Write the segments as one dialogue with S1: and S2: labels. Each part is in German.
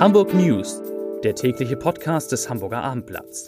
S1: Hamburg News, der tägliche Podcast des Hamburger Abendblatts.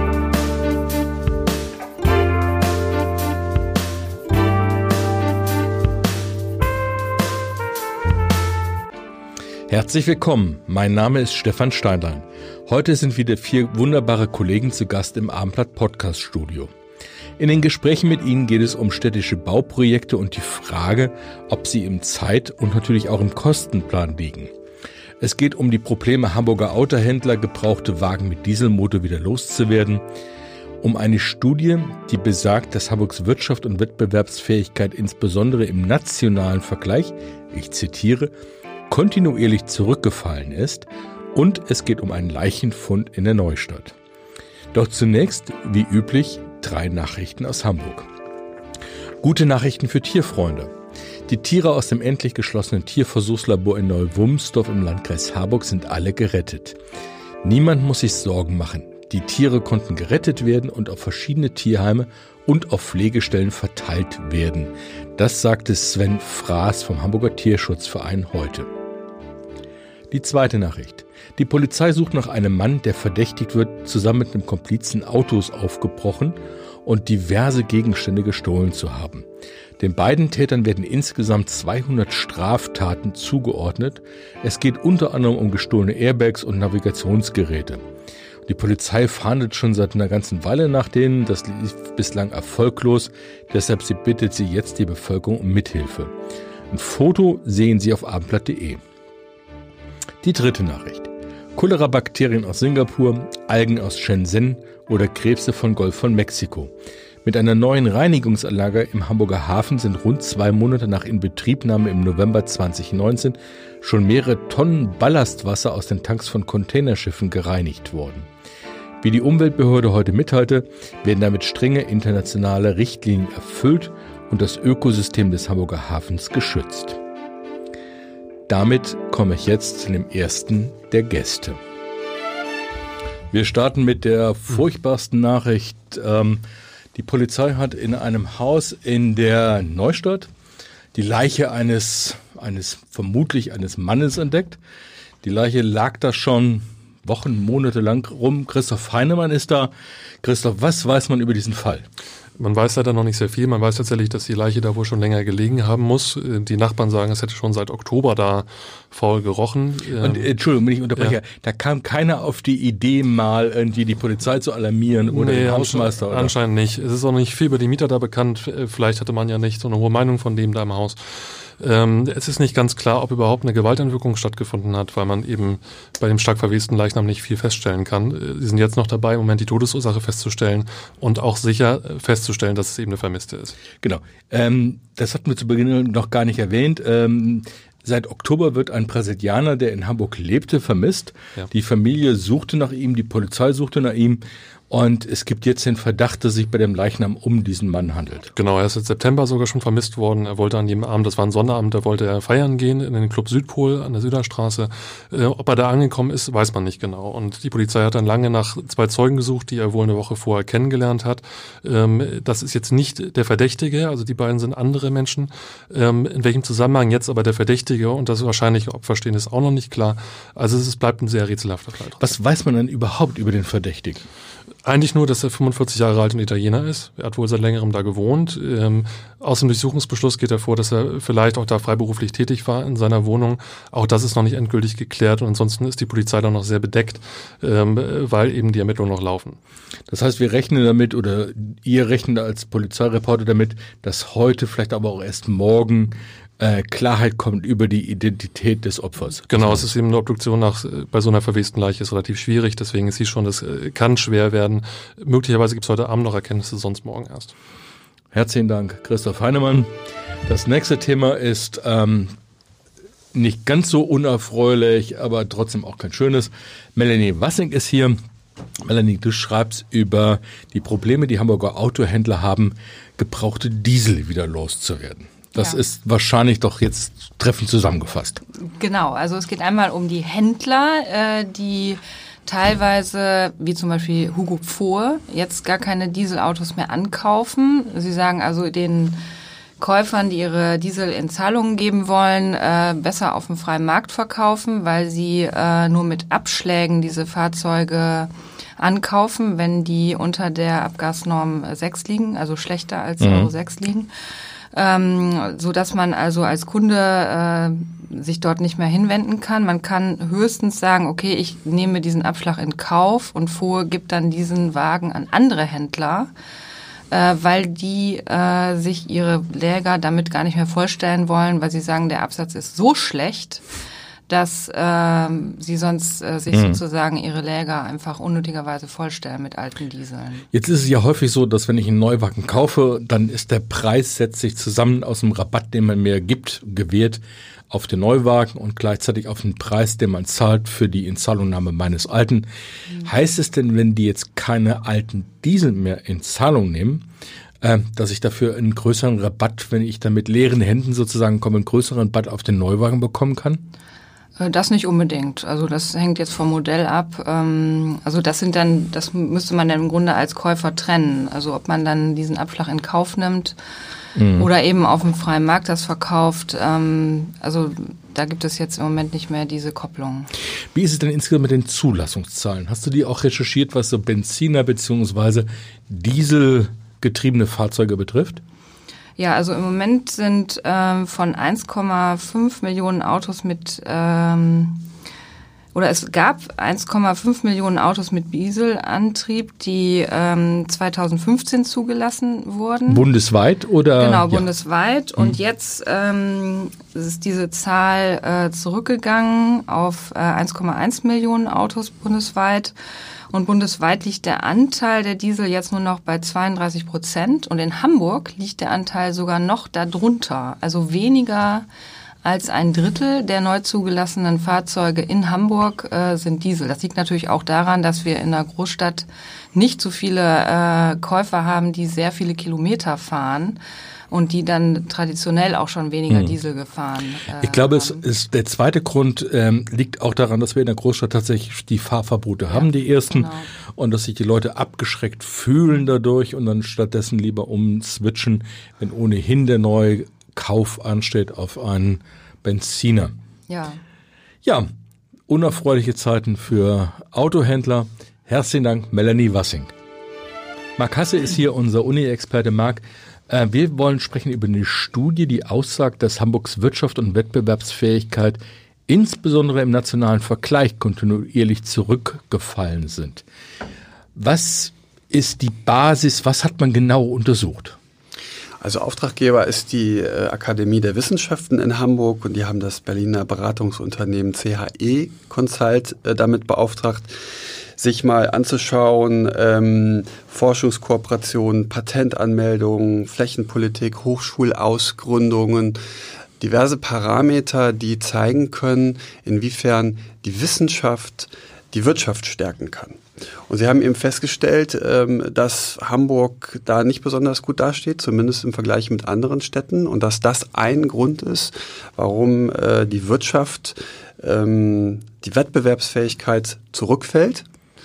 S2: Herzlich willkommen, mein Name ist Stefan Steinlein. Heute sind wieder 4 wunderbare Kollegen zu Gast im Abendblatt Podcast Studio. In den Gesprächen mit ihnen geht es um städtische Bauprojekte und die Frage, ob sie im Zeit- und natürlich auch im Kostenplan liegen. Es geht um die Probleme Hamburger Autohändler, gebrauchte Wagen mit Dieselmotor wieder loszuwerden, um eine Studie, die besagt, dass Hamburgs Wirtschaft und Wettbewerbsfähigkeit insbesondere im nationalen Vergleich, ich zitiere, kontinuierlich zurückgefallen ist, und es geht um einen Leichenfund in der Neustadt. Doch zunächst, wie üblich, 3 Nachrichten aus Hamburg. Gute Nachrichten für Tierfreunde. Die Tiere aus dem endlich geschlossenen Tierversuchslabor in Neu-Wulmsdorf im Landkreis Harburg sind alle gerettet. Niemand muss sich Sorgen machen. Die Tiere konnten gerettet werden und auf verschiedene Tierheime und auf Pflegestellen verteilt werden. Das sagte Sven Fraß vom Hamburger Tierschutzverein heute. Die zweite Nachricht. Die Polizei sucht nach einem Mann, der verdächtigt wird, zusammen mit einem Komplizen Autos aufgebrochen und diverse Gegenstände gestohlen zu haben. Den beiden Tätern werden insgesamt 200 Straftaten zugeordnet. Es geht unter anderem um gestohlene Airbags und Navigationsgeräte. Die Polizei fahndet schon seit einer ganzen Weile nach denen. Das lief bislang erfolglos. Deshalb bittet sie jetzt die Bevölkerung um Mithilfe. Ein Foto sehen Sie auf abendblatt.de. Die dritte Nachricht. Cholera-Bakterien aus Singapur, Algen aus Shenzhen oder Krebse von Golf von Mexiko. Mit einer neuen Reinigungsanlage im Hamburger Hafen sind rund 2 Monate nach Inbetriebnahme im November 2019 schon mehrere Tonnen Ballastwasser aus den Tanks von Containerschiffen gereinigt worden. Wie die Umweltbehörde heute mitteilte, werden damit strenge internationale Richtlinien erfüllt und das Ökosystem des Hamburger Hafens geschützt. Damit komme ich jetzt zu dem ersten der Gäste. Wir starten mit der furchtbarsten Nachricht. Die Polizei hat in einem Haus in der Neustadt die Leiche vermutlich eines Mannes entdeckt. Die Leiche lag da schon Wochen, Monate lang rum. Christoph Heinemann ist da. Christoph, was weiß man über diesen Fall?
S3: Man weiß leider noch nicht sehr viel. Man weiß tatsächlich, dass die Leiche da wohl schon länger gelegen haben muss. Die Nachbarn sagen, es hätte schon seit Oktober da faul gerochen.
S2: Und Entschuldigung, wenn ich unterbreche, ja. Da kam keiner auf die Idee, mal irgendwie die Polizei zu alarmieren oder den Hausmeister? Oder?
S3: Anscheinend nicht. Es ist auch nicht viel über die Mieter da bekannt. Vielleicht hatte man ja nicht so eine hohe Meinung von dem da im Haus. Es ist nicht ganz klar, ob überhaupt eine Gewalteinwirkung stattgefunden hat, weil man eben bei dem stark verwesten Leichnam nicht viel feststellen kann. Sie sind jetzt noch dabei, im Moment die Todesursache festzustellen und auch sicher festzustellen, dass es eben eine Vermisste ist.
S2: Genau. Das hatten wir zu Beginn noch gar nicht erwähnt. Seit Oktober wird ein Brasilianer, der in Hamburg lebte, vermisst. Ja. Die Familie suchte nach ihm, die Polizei suchte nach ihm. Und es gibt jetzt den Verdacht, dass es sich bei dem Leichnam um diesen Mann handelt.
S3: Genau, er ist im September sogar schon vermisst worden. Er wollte an jedem Abend, das war ein Sonnabend, da wollte er feiern gehen in den Club Südpol an der Süderstraße. Ob er da angekommen ist, weiß man nicht genau. Und die Polizei hat dann lange nach 2 Zeugen gesucht, die er wohl eine Woche vorher kennengelernt hat. Das ist jetzt nicht der Verdächtige, also die beiden sind andere Menschen. In welchem Zusammenhang jetzt aber der Verdächtige und das wahrscheinliche Opfer stehen, ist auch noch nicht klar. Also es bleibt ein sehr rätselhafter Fall.
S2: Was weiß man denn überhaupt über den Verdächtigen?
S3: Eigentlich nur, dass er 45 Jahre alt und Italiener ist. Er hat wohl seit längerem da gewohnt. Aus dem Durchsuchungsbeschluss geht hervor, dass er vielleicht auch da freiberuflich tätig war in seiner Wohnung. Auch das ist noch nicht endgültig geklärt und ansonsten ist die Polizei da noch sehr bedeckt, weil eben die Ermittlungen noch laufen.
S2: Das heißt, wir rechnen damit oder ihr rechnet als Polizeireporter damit, dass heute, vielleicht aber auch erst morgen Klarheit kommt über die Identität des Opfers.
S3: Genau, es ist eben eine Obduktion bei so einer verwesten Leiche ist relativ schwierig, deswegen ist sie schon, das kann schwer werden. Möglicherweise gibt es heute Abend noch Erkenntnisse, sonst morgen erst.
S2: Herzlichen Dank, Christoph Heinemann. Das nächste Thema ist nicht ganz so unerfreulich, aber trotzdem auch kein schönes. Melanie Wassing ist hier. Melanie, du schreibst über die Probleme, die Hamburger Autohändler haben, gebrauchte Diesel wieder loszuwerden. Das ist wahrscheinlich doch jetzt treffend zusammengefasst.
S4: Genau, also es geht einmal um die Händler, die teilweise, wie zum Beispiel Hugo Pfohe, jetzt gar keine Dieselautos mehr ankaufen. Sie sagen also, den Käufern, die ihre Diesel in Zahlungen geben wollen, besser auf dem freien Markt verkaufen, weil sie nur mit Abschlägen diese Fahrzeuge ankaufen, wenn die unter der Abgasnorm 6 liegen, also schlechter als Euro 6 liegen. So dass man also als Kunde sich dort nicht mehr hinwenden kann. Man kann höchstens sagen, okay, ich nehme diesen Abschlag in Kauf und Fohe gibt dann diesen Wagen an andere Händler, weil die sich ihre Läger damit gar nicht mehr vollstellen wollen, weil sie sagen, der Absatz ist so schlecht, dass sie sonst sich sozusagen ihre Läger einfach unnötigerweise vollstellen mit alten Dieseln.
S2: Jetzt ist es ja häufig so, dass wenn ich einen Neuwagen kaufe, dann ist der Preis, setzt sich zusammen aus dem Rabatt, den man mir gibt, gewährt auf den Neuwagen und gleichzeitig auf den Preis, den man zahlt für die Inzahlungnahme meines alten. Heißt es denn, wenn die jetzt keine alten Diesel mehr in Zahlung nehmen, dass ich dafür einen größeren Rabatt, wenn ich dann mit leeren Händen sozusagen komme, einen größeren Rabatt auf den Neuwagen bekommen kann?
S4: Das nicht unbedingt. Also das hängt jetzt vom Modell ab. Also das müsste man dann im Grunde als Käufer trennen. Also ob man dann diesen Abschlag in Kauf nimmt oder eben auf dem freien Markt das verkauft. Also da gibt es jetzt im Moment nicht mehr diese Kopplung.
S2: Wie ist es denn insgesamt mit den Zulassungszahlen? Hast du die auch recherchiert, was so Benziner bzw. Dieselgetriebene Fahrzeuge betrifft?
S4: Ja, also im Moment sind von 1,5 Millionen Autos es gab 1,5 Millionen Autos mit Dieselantrieb, die 2015 zugelassen wurden.
S2: Bundesweit oder?
S4: Genau, bundesweit. Und jetzt ist diese Zahl zurückgegangen auf 1,1 Millionen Autos bundesweit. Und bundesweit liegt der Anteil der Diesel jetzt nur noch bei 32%. Und in Hamburg liegt der Anteil sogar noch darunter. Also weniger als 1/3 der neu zugelassenen Fahrzeuge in Hamburg sind Diesel. Das liegt natürlich auch daran, dass wir in einer Großstadt nicht so viele Käufer haben, die sehr viele Kilometer fahren. Und die dann traditionell auch schon weniger Diesel gefahren
S2: Ich glaube, es ist der zweite Grund liegt auch daran, dass wir in der Großstadt tatsächlich die Fahrverbote haben, die ersten, genau. Und dass sich die Leute abgeschreckt fühlen dadurch und dann stattdessen lieber umswitchen, wenn ohnehin der neue Kauf ansteht auf einen Benziner.
S4: Ja.
S2: Ja, unerfreuliche Zeiten für Autohändler. Herzlichen Dank, Melanie Wassing. Marc Hasse ist hier unser Uni-Experte. Marc, wir wollen sprechen über eine Studie, die aussagt, dass Hamburgs Wirtschaft und Wettbewerbsfähigkeit insbesondere im nationalen Vergleich kontinuierlich zurückgefallen sind. Was ist die Basis? Was hat man genau untersucht?
S5: Also Auftraggeber ist die Akademie der Wissenschaften in Hamburg und die haben das Berliner Beratungsunternehmen CHE Consult damit beauftragt, sich mal anzuschauen, Forschungskooperationen, Patentanmeldungen, Flächenpolitik, Hochschulausgründungen, diverse Parameter, die zeigen können, inwiefern die Wissenschaft die Wirtschaft stärken kann. Und sie haben eben festgestellt, dass Hamburg da nicht besonders gut dasteht, zumindest im Vergleich mit anderen Städten, und dass das ein Grund ist, warum die Wirtschaft, die Wettbewerbsfähigkeit zurückfällt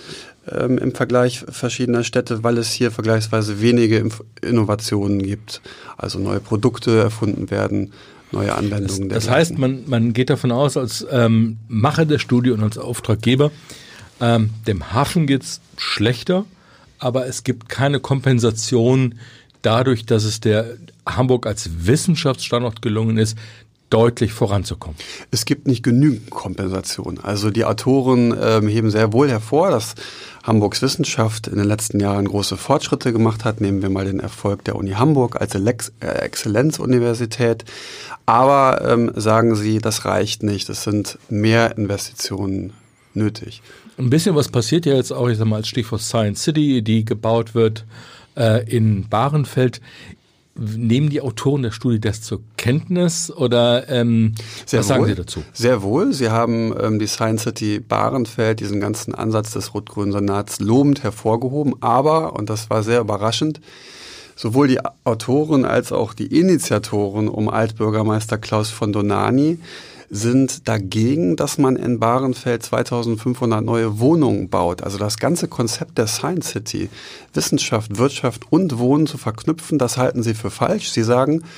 S5: im Vergleich verschiedener Städte, weil es hier vergleichsweise wenige Innovationen gibt, also neue Produkte erfunden werden, neue Anwendungen.
S2: Das heißt, man geht davon aus, als Macher der Studie und als Auftraggeber, dem Hafen geht's schlechter, aber es gibt keine Kompensation dadurch, dass es der Hamburg als Wissenschaftsstandort gelungen ist, deutlich voranzukommen.
S5: Es gibt nicht genügend Kompensation. Also die Autoren heben sehr wohl hervor, dass Hamburgs Wissenschaft in den letzten Jahren große Fortschritte gemacht hat. Nehmen wir mal den Erfolg der Uni Hamburg als Exzellenzuniversität. Aber sagen sie, das reicht nicht. Es sind mehr Investitionen nötig.
S2: Ein bisschen was passiert ja jetzt auch, ich sag mal, als Stichwort Science City, die gebaut wird in Bahrenfeld. Nehmen die Autoren der Studie das zur Kenntnis oder was sagen Sie dazu?
S5: Sehr wohl. Sie haben die Science City Bahrenfeld, diesen ganzen Ansatz des Rot-Grünen Senats lobend hervorgehoben. Aber, und das war sehr überraschend, sowohl die Autoren als auch die Initiatoren um Altbürgermeister Klaus von Donani sind dagegen, dass man in Bahrenfeld 2500 neue Wohnungen baut. Also das ganze Konzept der Science City, Wissenschaft, Wirtschaft und Wohnen zu verknüpfen, das halten sie für falsch. Sie sagen,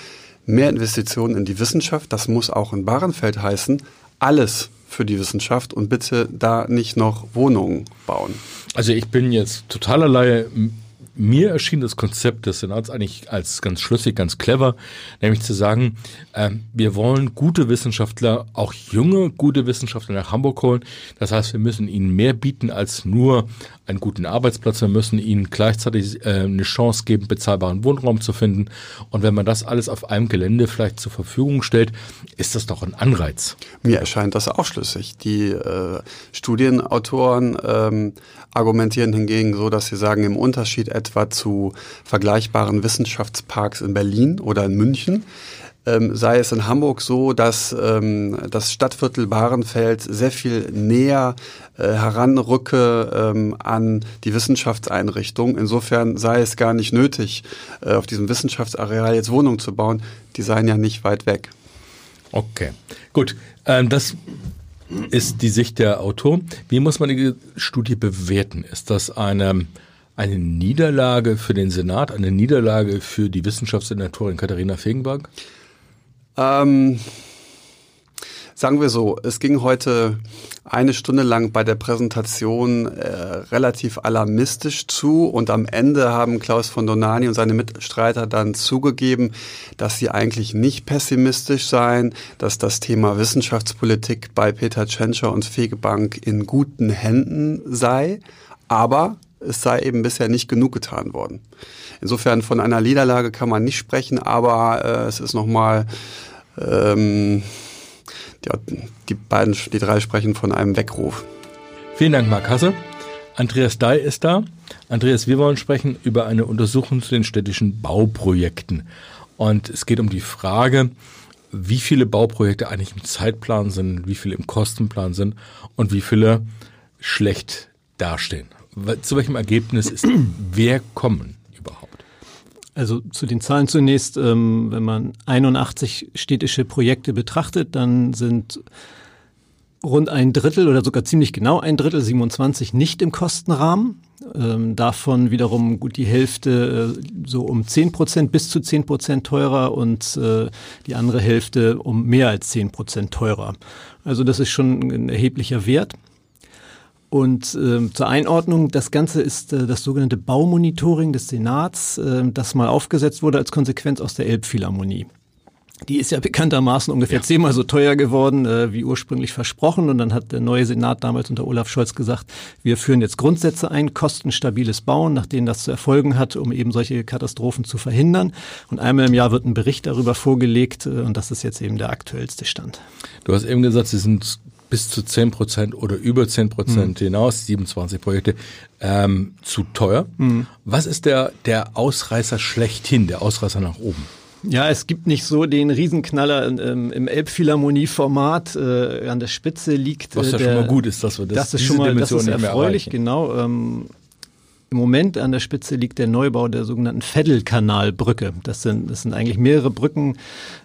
S5: mehr Investitionen in die Wissenschaft. Das muss auch in Bahrenfeld heißen, alles für die Wissenschaft und bitte da nicht noch Wohnungen bauen.
S2: Also ich bin jetzt totaler Laie. Mir erschien das Konzept des Senats eigentlich als ganz schlüssig, ganz clever, nämlich zu sagen, wir wollen gute Wissenschaftler, auch junge, gute Wissenschaftler nach Hamburg holen. Das heißt, wir müssen ihnen mehr bieten als nur einen guten Arbeitsplatz. Wir müssen ihnen gleichzeitig eine Chance geben, bezahlbaren Wohnraum zu finden. Und wenn man das alles auf einem Gelände vielleicht zur Verfügung stellt, ist das doch ein Anreiz.
S5: Mir erscheint das auch schlüssig. Die Studienautoren argumentieren hingegen so, dass sie sagen, im Unterschied etwa zu vergleichbaren Wissenschaftsparks in Berlin oder in München, sei es in Hamburg so, dass das Stadtviertel Bahrenfeld sehr viel näher heranrücke an die Wissenschaftseinrichtung. Insofern sei es gar nicht nötig, auf diesem Wissenschaftsareal jetzt Wohnungen zu bauen. Die seien ja nicht weit weg.
S2: Okay, gut. Das ist die Sicht der Autoren. Wie muss man die Studie bewerten? Ist das eine Niederlage für den Senat, eine Niederlage für die Wissenschaftssenatorin Katharina Fegenberg?
S5: Sagen wir so, es ging heute eine Stunde lang bei der Präsentation relativ alarmistisch zu und am Ende haben Klaus von Donani und seine Mitstreiter dann zugegeben, dass sie eigentlich nicht pessimistisch seien, dass das Thema Wissenschaftspolitik bei Peter Tschentscher und Fegebank in guten Händen sei, aber es sei eben bisher nicht genug getan worden. Insofern von einer Niederlage kann man nicht sprechen, aber es ist nochmal, die drei sprechen von einem Weckruf.
S2: Vielen Dank, Marc Hasse. Andreas Dai ist da. Andreas, wir wollen sprechen über eine Untersuchung zu den städtischen Bauprojekten. Und es geht um die Frage, wie viele Bauprojekte eigentlich im Zeitplan sind, wie viele im Kostenplan sind und wie viele schlecht dastehen. Zu welchem Ergebnis ist wer kommen überhaupt?
S6: Also zu den Zahlen zunächst, wenn man 81 städtische Projekte betrachtet, dann sind rund ein Drittel oder sogar ziemlich genau ein Drittel, 27, nicht im Kostenrahmen. Davon wiederum gut die Hälfte so um 10%, bis zu 10% teurer und die andere Hälfte um mehr als 10% teurer. Also das ist schon ein erheblicher Wert. Und zur Einordnung, das Ganze ist das sogenannte Baumonitoring des Senats, das mal aufgesetzt wurde als Konsequenz aus der Elbphilharmonie. Die ist ja bekanntermaßen ungefähr 10-mal so teuer geworden, wie ursprünglich versprochen. Und dann hat der neue Senat damals unter Olaf Scholz gesagt, wir führen jetzt Grundsätze ein, kostenstabiles Bauen, nach denen das zu erfolgen hat, um eben solche Katastrophen zu verhindern. Und einmal im Jahr wird ein Bericht darüber vorgelegt und das ist jetzt eben der aktuellste Stand.
S2: Du hast eben gesagt, Sie sind bis zu 10% oder über 10% hinaus, 27 Projekte, zu teuer. Was ist der Ausreißer schlechthin, der Ausreißer nach oben?
S6: Ja, es gibt nicht so den Riesenknaller im Elbphilharmonie-Format. An der Spitze liegt
S2: was ja schon mal gut ist, dass wir das ist schon mal,
S6: Dimension das ist erfreulich, genau. Im Moment an der Spitze liegt der Neubau der sogenannten Vettelkanalbrücke. Das sind eigentlich mehrere Brücken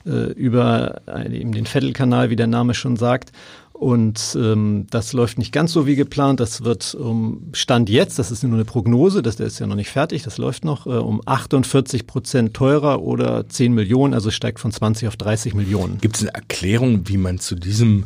S6: über eben den Vettelkanal, wie der Name schon sagt. Und das läuft nicht ganz so wie geplant. Das wird Stand jetzt, das ist nur eine Prognose, der ist ja noch nicht fertig, das läuft noch, um 48% teurer oder 10 Millionen, also steigt von 20 auf 30 Millionen.
S2: Gibt es eine Erklärung, wie man zu dieser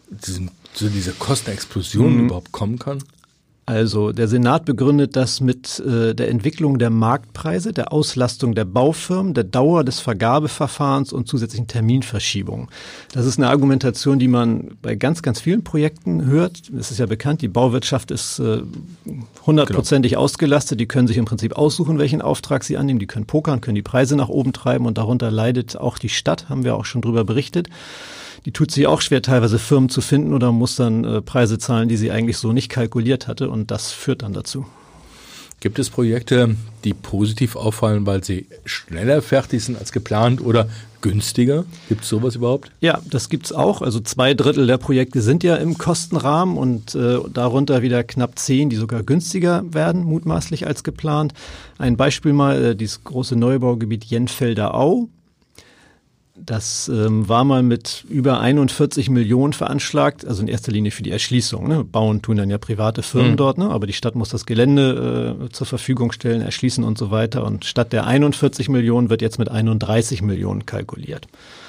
S2: Kostenexplosion überhaupt kommen kann?
S6: Also der Senat begründet das mit der Entwicklung der Marktpreise, der Auslastung der Baufirmen, der Dauer des Vergabeverfahrens und zusätzlichen Terminverschiebungen. Das ist eine Argumentation, die man bei ganz, ganz vielen Projekten hört. Es ist ja bekannt, die Bauwirtschaft ist 100%ig ausgelastet. Die können sich im Prinzip aussuchen, welchen Auftrag sie annehmen. Die können pokern, können die Preise nach oben treiben und darunter leidet auch die Stadt, haben wir auch schon drüber berichtet. Die tut sich auch schwer, teilweise Firmen zu finden oder muss dann Preise zahlen, die sie eigentlich so nicht kalkuliert hatte und das führt dann dazu.
S2: Gibt es Projekte, die positiv auffallen, weil sie schneller fertig sind als geplant oder günstiger? Gibt es sowas überhaupt?
S6: Ja, das gibt's auch. Also 2/3 der Projekte sind ja im Kostenrahmen und darunter wieder knapp 10, die sogar günstiger werden, mutmaßlich als geplant. Ein Beispiel mal, dieses große Neubaugebiet Jenfelder Au. Das war mal mit über 41 Millionen veranschlagt, also in erster Linie für die Erschließung. Ne? Bauen tun dann ja private Firmen dort, ne? Aber die Stadt muss das Gelände zur Verfügung stellen, erschließen und so weiter. Und statt der 41 Millionen wird jetzt mit 31 Millionen kalkuliert.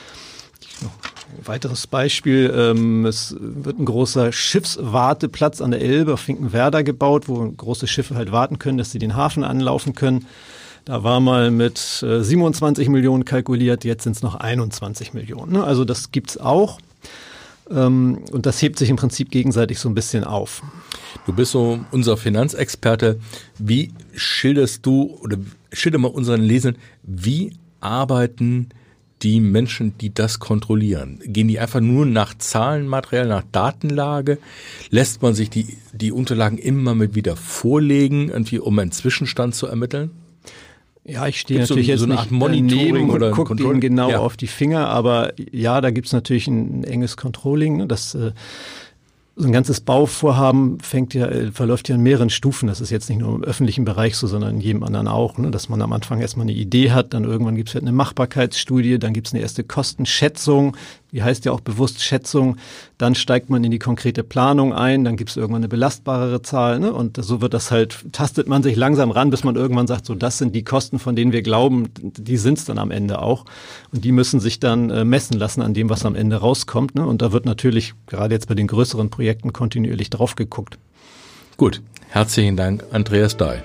S6: Ein weiteres Beispiel, es wird ein großer Schiffswarteplatz an der Elbe auf Finkenwerder gebaut, wo große Schiffe halt warten können, dass sie den Hafen anlaufen können. Da war mal mit 27 Millionen kalkuliert, jetzt sind es noch 21 Millionen. Ne? Also das gibt's auch. Und das hebt sich im Prinzip gegenseitig so ein bisschen auf.
S2: Du bist so unser Finanzexperte. Wie schilderst du oder schilder mal unseren Lesern, wie arbeiten die Menschen, die das kontrollieren? Gehen die einfach nur nach Zahlenmaterial, nach Datenlage? Lässt man sich die Unterlagen immer mit wieder vorlegen, irgendwie, um einen Zwischenstand zu ermitteln?
S6: Ja, ich stehe natürlich jetzt nicht daneben und gucke denen genau auf die Finger, aber ja, da gibt's natürlich ein enges Controlling, ne? Das so ein ganzes Bauvorhaben verläuft ja in mehreren Stufen. Das ist jetzt nicht nur im öffentlichen Bereich so, sondern in jedem anderen auch, ne? Dass man am Anfang erstmal eine Idee hat, dann irgendwann gibt es halt eine Machbarkeitsstudie, dann gibt es eine erste Kostenschätzung, die heißt ja auch bewusst Schätzung, dann steigt man in die konkrete Planung ein, dann gibt es irgendwann eine belastbarere Zahl, ne? Und so wird das halt, tastet man sich langsam ran, bis man irgendwann sagt, so das sind die Kosten, von denen wir glauben, die sind es dann am Ende auch. Und die müssen sich dann messen lassen an dem, was am Ende rauskommt, ne? Und da wird natürlich gerade jetzt bei den größeren Projekten kontinuierlich drauf geguckt.
S2: Gut, herzlichen Dank, Andreas Dahl.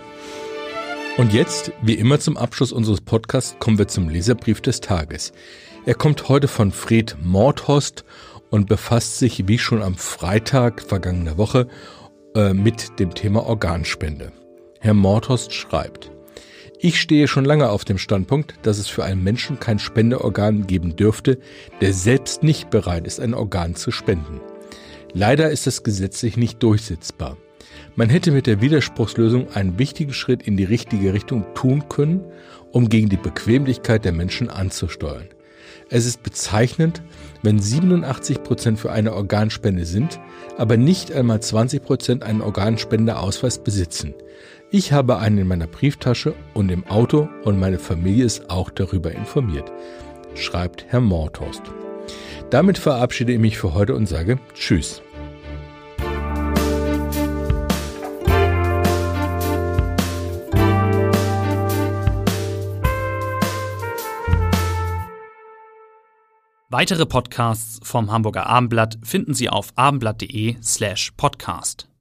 S2: Und jetzt, wie immer zum Abschluss unseres Podcasts, kommen wir zum Leserbrief des Tages. Er kommt heute von Fred Mordhorst und befasst sich, wie schon am Freitag vergangener Woche, mit dem Thema Organspende. Herr Mordhorst schreibt: Ich stehe schon lange auf dem Standpunkt, dass es für einen Menschen kein Spendeorgan geben dürfte, der selbst nicht bereit ist, ein Organ zu spenden. Leider ist es gesetzlich nicht durchsetzbar. Man hätte mit der Widerspruchslösung einen wichtigen Schritt in die richtige Richtung tun können, um gegen die Bequemlichkeit der Menschen anzusteuern. Es ist bezeichnend, wenn 87% für eine Organspende sind, aber nicht einmal 20% einen Organspendeausweis besitzen. Ich habe einen in meiner Brieftasche und im Auto und meine Familie ist auch darüber informiert, schreibt Herr Mordhorst. Damit verabschiede ich mich für heute und sage Tschüss.
S1: Weitere Podcasts vom Hamburger Abendblatt finden Sie auf abendblatt.de/podcast.